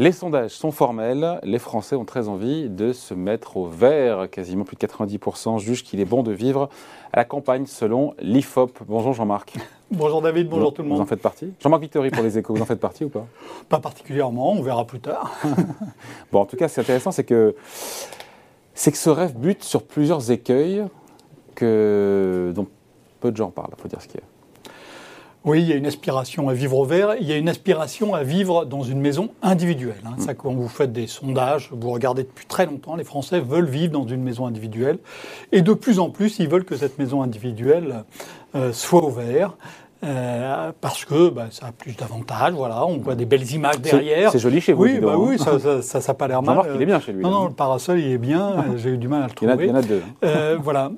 Les sondages sont formels, les Français ont très envie de se mettre au vert. Quasiment plus de 90% jugent qu'il est bon de vivre à la campagne selon l'IFOP. Bonjour Jean-Marc. Bonjour David, bonjour tout le monde. Vous en faites partie? Jean-Marc Victory pour les Échos, vous en faites partie ou pas? Pas particulièrement, on verra plus tard. Bon, en tout cas, c'est intéressant, c'est que ce rêve bute sur plusieurs écueils dont peu de gens parlent, il faut dire ce qu'il y a. Oui, il y a une aspiration à vivre au vert, il y a une aspiration à vivre dans une maison individuelle. Ça, quand vous faites des sondages, vous regardez depuis très longtemps, les Français veulent vivre dans une maison individuelle. Et de plus en plus, ils veulent que cette maison individuelle soit au vert. Parce que ça a plus d'avantages, voilà, on voit des belles images derrière. C'est joli chez vous, oui, oui, ça n'a pas l'air mal. Jean-Marc, il est bien chez lui. Non, le parasol, il est bien, j'ai eu du mal à le trouver. Il y en a deux. Voilà.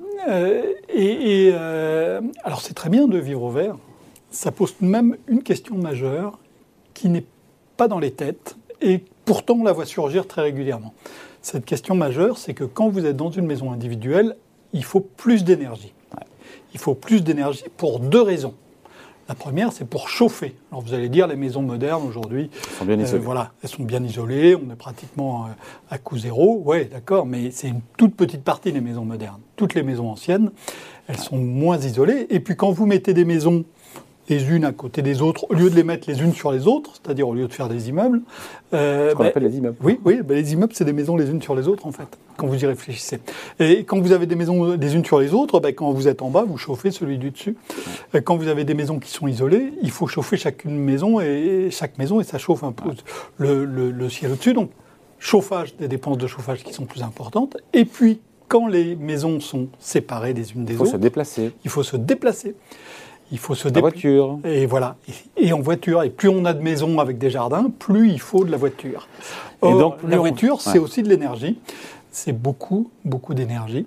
Alors, c'est très bien de vivre au vert. Ça pose même une question majeure qui n'est pas dans les têtes et pourtant on la voit surgir très régulièrement. Cette question majeure, c'est que quand vous êtes dans une maison individuelle, il faut plus d'énergie. Ouais. Il faut plus d'énergie pour deux raisons. La première, c'est pour chauffer. Alors vous allez dire, les maisons modernes aujourd'hui, sont bien isolées. Voilà, elles sont bien isolées, on est pratiquement à coût zéro. Oui, d'accord, mais c'est une toute petite partie des maisons modernes. Toutes les maisons anciennes, elles sont moins isolées. Et puis quand vous mettez des maisons les unes à côté des autres, au lieu de les mettre les unes sur les autres, c'est-à-dire au lieu de faire des immeubles. Ce qu'on appelle les immeubles. Oui, les immeubles, c'est des maisons les unes sur les autres, en fait, quand vous y réfléchissez. Et quand vous avez des maisons les unes sur les autres, quand vous êtes en bas, vous chauffez celui du dessus. Quand vous avez des maisons qui sont isolées, il faut chauffer chaque maison, et ça chauffe un peu le ciel au-dessus. Donc, chauffage, des dépenses de chauffage qui sont plus importantes. Et puis, quand les maisons sont séparées des unes des autres, il faut se déplacer. Il faut se déplacer. En voiture. Et voilà. Et en voiture. Et plus on a de maisons avec des jardins, plus il faut de la voiture. Or, et donc, la voiture, c'est aussi de l'énergie. C'est beaucoup, beaucoup d'énergie.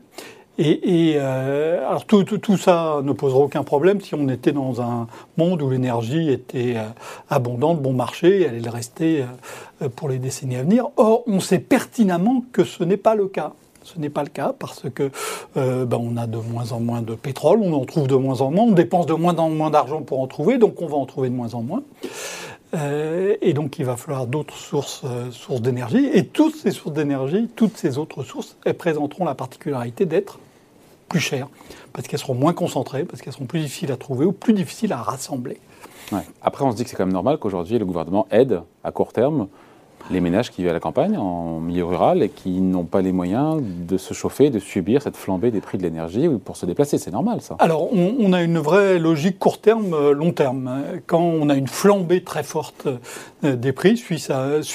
Alors, tout ça ne posera aucun problème si on était dans un monde où l'énergie était abondante, bon marché, et elle allait le rester pour les décennies à venir. Or, on sait pertinemment que ce n'est pas le cas. Ce n'est pas le cas parce que on a de moins en moins de pétrole, on en trouve de moins en moins, on dépense de moins en moins d'argent pour en trouver, donc on va en trouver de moins en moins. Et donc il va falloir d'autres sources d'énergie. Et toutes ces sources d'énergie, toutes ces autres sources, elles présenteront la particularité d'être plus chères, parce qu'elles seront moins concentrées, parce qu'elles seront plus difficiles à trouver ou plus difficiles à rassembler. Ouais. Après, on se dit que c'est quand même normal qu'aujourd'hui le gouvernement aide à court terme les ménages qui vivent à la campagne, en milieu rural, et qui n'ont pas les moyens de se chauffer, de subir cette flambée des prix de l'énergie pour se déplacer. C'est normal, ça. Alors, on a une vraie logique court terme, long terme. Quand on a une flambée très forte des prix suite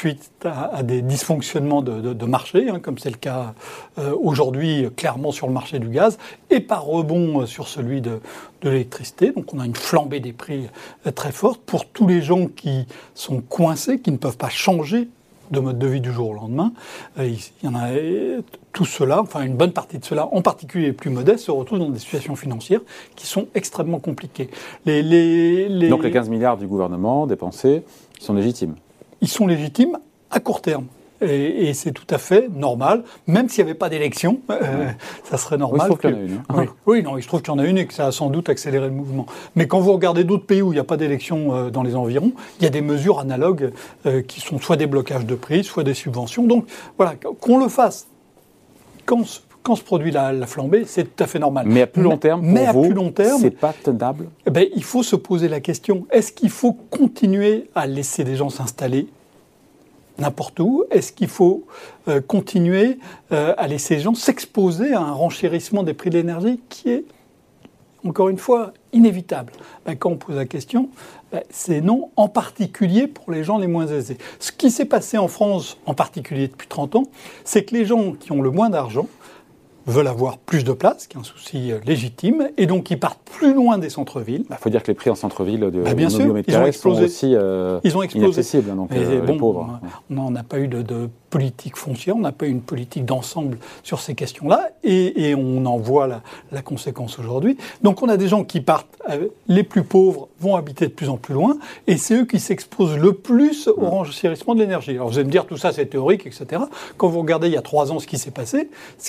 à des dysfonctionnements de marché, comme c'est le cas aujourd'hui clairement sur le marché du gaz, et par rebond sur celui de l'électricité. Donc on a une flambée des prix très forte pour tous les gens qui sont coincés, qui ne peuvent pas changer de mode de vie du jour au lendemain. Il y en a tout cela, enfin une bonne partie de cela, en particulier les plus modestes, se retrouvent dans des situations financières qui sont extrêmement compliquées. Donc les 15 milliards du gouvernement dépensés sont légitimes? Ils sont légitimes à court terme. Et c'est tout à fait normal, même s'il n'y avait pas d'élection, ça serait normal. Oui, il se trouve qu'il y en a une. Oui, il se trouve qu'il y en a une et que ça a sans doute accéléré le mouvement. Mais quand vous regardez d'autres pays où il n'y a pas d'élection dans les environs, il y a des mesures analogues qui sont soit des blocages de prix, soit des subventions. Donc voilà, qu'on le fasse quand se produit la flambée, c'est tout à fait normal. Mais à plus long terme, c'est pas tenable. Il faut se poser la question, est-ce qu'il faut continuer à laisser des gens s'installer n'importe où? Est-ce qu'il faut continuer à laisser les gens s'exposer à un renchérissement des prix de l'énergie qui est, encore une fois, inévitable? Quand on pose la question, c'est non, en particulier pour les gens les moins aisés. Ce qui s'est passé en France, en particulier depuis 30 ans, c'est que les gens qui ont le moins d'argent veulent avoir plus de place, qui est un souci légitime, et donc ils partent plus loin des centres-villes. Il faut dire que les prix en centre-ville de bien sûr, ils ont explosé. Sont aussi inaccessibles. Donc, les pauvres. On n'a pas eu de politique foncière, on n'a pas eu une politique d'ensemble sur ces questions-là, et on en voit la conséquence aujourd'hui. Donc on a des gens qui partent, les plus pauvres vont habiter de plus en plus loin, et c'est eux qui s'exposent le plus au renchérissement de l'énergie. Alors vous allez me dire, tout ça c'est théorique, etc. Quand vous regardez il y a 3 ans ce qui s'est passé,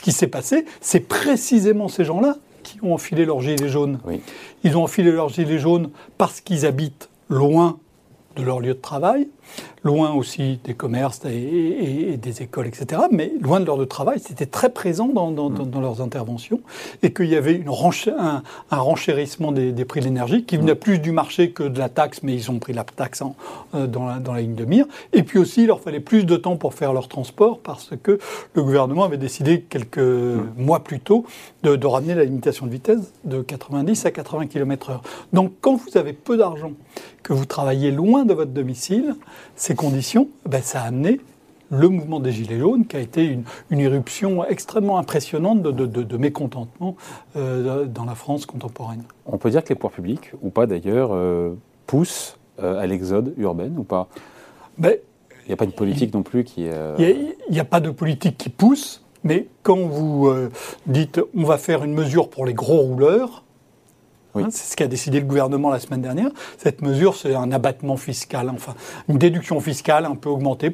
c'est précisément ces gens-là qui ont enfilé leurs gilets jaunes. Oui. Ils ont enfilé leurs gilets jaunes parce qu'ils habitent loin de leur lieu de travail, loin aussi des commerces et des écoles, etc., mais loin de leur de travail. C'était très présent dans leurs interventions, et qu'il y avait un renchérissement des prix de l'énergie qui venait plus du marché que de la taxe, mais ils ont pris la taxe dans la ligne de mire. Et puis aussi, il leur fallait plus de temps pour faire leur transport, parce que le gouvernement avait décidé quelques mois plus tôt de ramener la limitation de vitesse de 90 à 80 km/h. Donc quand vous avez peu d'argent, que vous travaillez loin de votre domicile, ces conditions, ça a amené le mouvement des Gilets jaunes, qui a été une éruption extrêmement impressionnante de mécontentement dans la France contemporaine. On peut dire que les pouvoirs publics, ou pas d'ailleurs, poussent à l'exode urbain, ou pas? Il n'y a pas de politique non plus qui est... Il n'y a pas de politique qui pousse, mais quand vous dites « on va faire une mesure pour les gros rouleurs », oui. C'est ce qu'a décidé le gouvernement la semaine dernière. Cette mesure, c'est un abattement fiscal, enfin une déduction fiscale un peu augmentée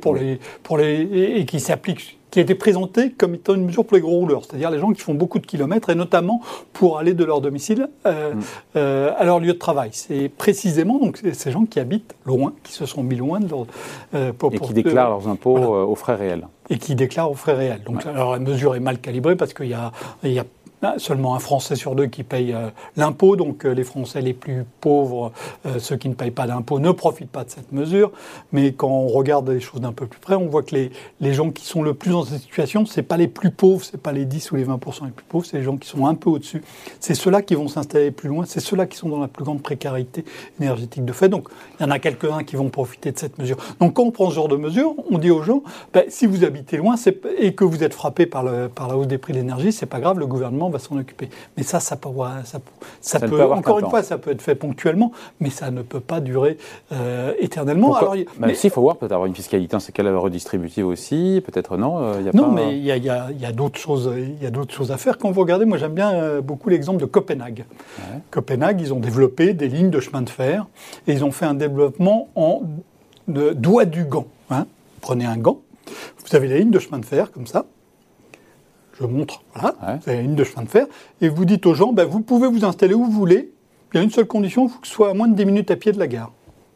et qui s'applique, qui a été présentée comme étant une mesure pour les gros rouleurs, c'est-à-dire les gens qui font beaucoup de kilomètres, et notamment pour aller de leur domicile à leur lieu de travail. C'est précisément donc ces gens qui habitent loin, qui se sont mis loin de leur... qui déclarent leurs impôts aux frais réels. Et qui déclarent aux frais réels. Donc, alors la mesure est mal calibrée, parce qu'il y a seulement un Français sur deux qui paye l'impôt, donc les Français les plus pauvres, ceux qui ne payent pas d'impôt, ne profitent pas de cette mesure. Mais quand on regarde les choses d'un peu plus près, on voit que les gens qui sont le plus dans cette situation, c'est pas les plus pauvres, c'est pas les 10 ou les 20% les plus pauvres, c'est les gens qui sont un peu au-dessus. C'est ceux-là qui vont s'installer plus loin, c'est ceux-là qui sont dans la plus grande précarité énergétique de fait. Donc il y en a quelques-uns qui vont profiter de cette mesure. Donc quand on prend ce genre de mesure, on dit aux gens, si vous habitez loin et que vous êtes frappé par la hausse des prix de l'énergie, c'est pas grave, le gouvernement va s'en occuper. Mais ça peut encore une fois, ça peut être fait ponctuellement, mais ça ne peut pas durer éternellement. Alors, si, il faut voir, peut-être avoir une fiscalité, c'est qu'elle est redistributive aussi, peut-être non. Mais il y a d'autres choses. Il y a d'autres choses à faire. Quand vous regardez, moi j'aime bien beaucoup l'exemple de Copenhague. Ouais. Copenhague, ils ont développé des lignes de chemin de fer, et ils ont fait un développement en doigt du gant. Prenez un gant, vous avez la ligne de chemin de fer comme ça. Je montre, voilà, vous avez la ligne de chemin de fer, et vous dites aux gens, vous pouvez vous installer où vous voulez, il y a une seule condition, il faut que ce soit à moins de 10 minutes à pied de la gare.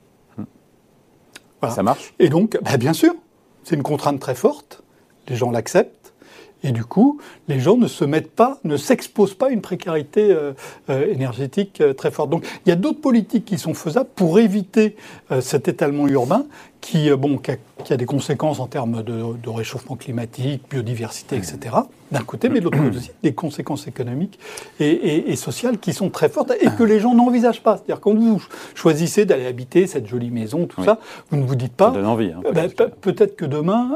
Voilà. Ça marche? Et donc, bien sûr, c'est une contrainte très forte, les gens l'acceptent, et du coup, les gens ne s'exposent pas à une précarité énergétique très forte. Donc, il y a d'autres politiques qui sont faisables pour éviter cet étalement urbain, qui a des conséquences en termes de réchauffement climatique, biodiversité, etc., d'un côté, mais de l'autre côté aussi, des conséquences économiques et sociales qui sont très fortes et que les gens n'envisagent pas. C'est-à-dire, quand vous choisissez d'aller habiter cette jolie maison, tout ça, vous ne vous dites pas... Ça donne envie. Peut-être que demain,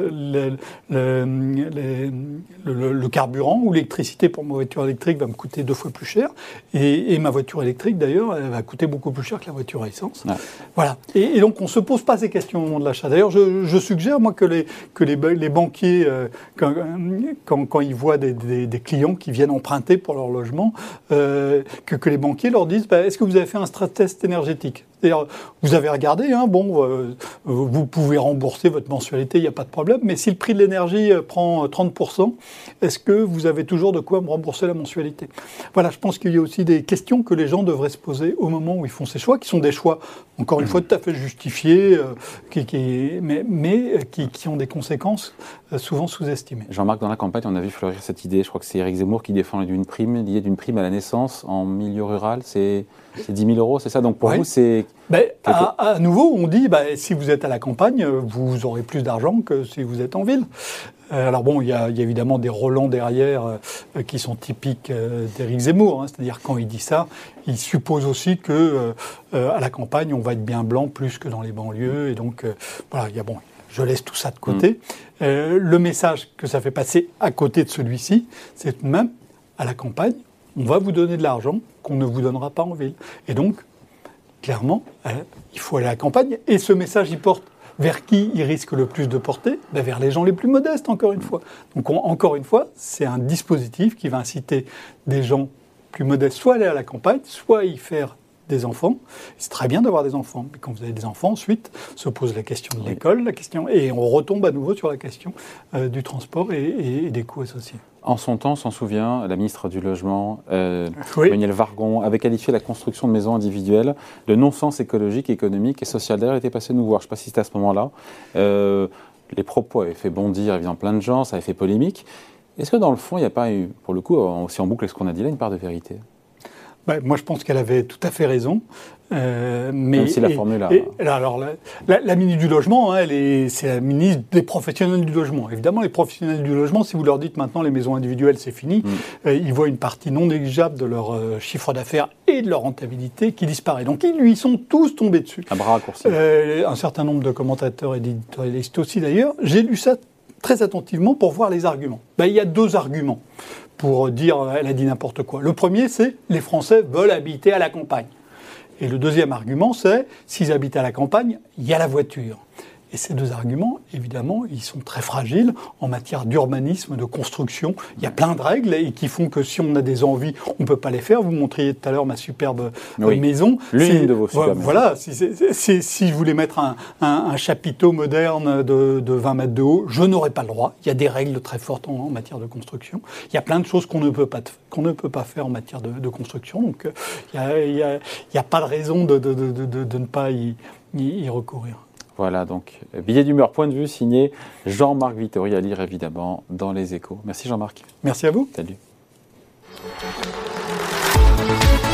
le carburant ou l'électricité pour ma voiture électrique va me coûter 2 fois plus cher, et ma voiture électrique, d'ailleurs, elle va coûter beaucoup plus cher que la voiture à essence. Ouais. Voilà. Et donc, on ne se pose pas ces questions au moment de l'achat. D'ailleurs, je suggère, moi, que les banquiers, quand ils voient des clients qui viennent emprunter pour leur logement, que les banquiers leur disent est-ce que vous avez fait un stress test énergétique? C'est-à-dire, vous avez regardé, vous pouvez rembourser votre mensualité, il n'y a pas de problème, mais si le prix de l'énergie prend 30%, est-ce que vous avez toujours de quoi me rembourser la mensualité? Voilà, je pense qu'il y a aussi des questions que les gens devraient se poser au moment où ils font ces choix, qui sont des choix, encore une fois, tout à fait justifiés, mais qui ont des conséquences souvent sous-estimées. Jean-Marc, dans la campagne, on a vu fleurir cette idée, je crois que c'est Éric Zemmour qui défend l'idée d'une prime à la naissance en milieu rural, c'est 10 000 euros, c'est ça? Donc pour vous, c'est... À nouveau, on dit, si vous êtes à la campagne, vous aurez plus d'argent que si vous êtes en ville. Alors bon, il y a évidemment des relents derrière qui sont typiques d'Éric Zemmour. C'est-à-dire, quand il dit ça, il suppose aussi que à la campagne, on va être bien blanc plus que dans les banlieues. Et donc, je laisse tout ça de côté. Le message que ça fait passer à côté de celui-ci, c'est tout de même, à la campagne, on va vous donner de l'argent qu'on ne vous donnera pas en ville. Et donc, clairement, il faut aller à la campagne. Et ce message, il porte vers qui il risque le plus de porter? Vers les gens les plus modestes, encore une fois. Donc, encore une fois, c'est un dispositif qui va inciter des gens plus modestes soit à aller à la campagne, soit à y faire des enfants. C'est très bien d'avoir des enfants, mais quand vous avez des enfants, ensuite se pose la question de l'école, et on retombe à nouveau sur la question du transport et des coûts associés. En son temps, on s'en souvient, la ministre du Logement, Oui. Manuelle Vargon, avait qualifié la construction de maisons individuelles de non-sens écologique, économique et social. D'ailleurs, elle était passée nous voir, je ne sais pas si c'était à ce moment-là. Les propos avaient fait bondir évidemment plein de gens, ça avait fait polémique. Est-ce que dans le fond, il n'y a pas eu, pour le coup, si on boucle ce qu'on a dit là, une part de vérité ? Moi, je pense qu'elle avait tout à fait raison. Même si la formule a... Alors, la ministre du Logement, hein, c'est la ministre des professionnels du logement. Évidemment, les professionnels du logement, si vous leur dites maintenant les maisons individuelles, c'est fini, ils voient une partie non négligeable de leur chiffre d'affaires et de leur rentabilité qui disparaît. Donc, ils lui sont tous tombés dessus. Un bras raccourci. Un certain nombre de commentateurs et d'éditorialistes aussi, d'ailleurs. J'ai lu ça très attentivement pour voir les arguments. Il y a 2 arguments pour dire elle a dit n'importe quoi. Le premier, c'est les Français veulent habiter à la campagne. Et le deuxième argument, c'est s'ils habitent à la campagne, il y a la voiture. Et ces 2 arguments, évidemment, ils sont très fragiles en matière d'urbanisme, de construction. Il y a plein de règles et qui font que si on a des envies, on ne peut pas les faire. Vous montriez tout à l'heure ma superbe maison. L'une de vos superbes maisons. Voilà, si je voulais mettre un chapiteau moderne de 20 mètres de haut, je n'aurais pas le droit. Il y a des règles très fortes en matière de construction. Il y a plein de choses qu'on ne peut pas faire en matière de construction. Donc, il n'y a pas de raison de ne pas y recourir. Voilà, donc, billet d'humeur, point de vue, signé Jean-Marc Vittori, à lire évidemment dans Les Échos. Merci Jean-Marc. Merci à vous. Salut.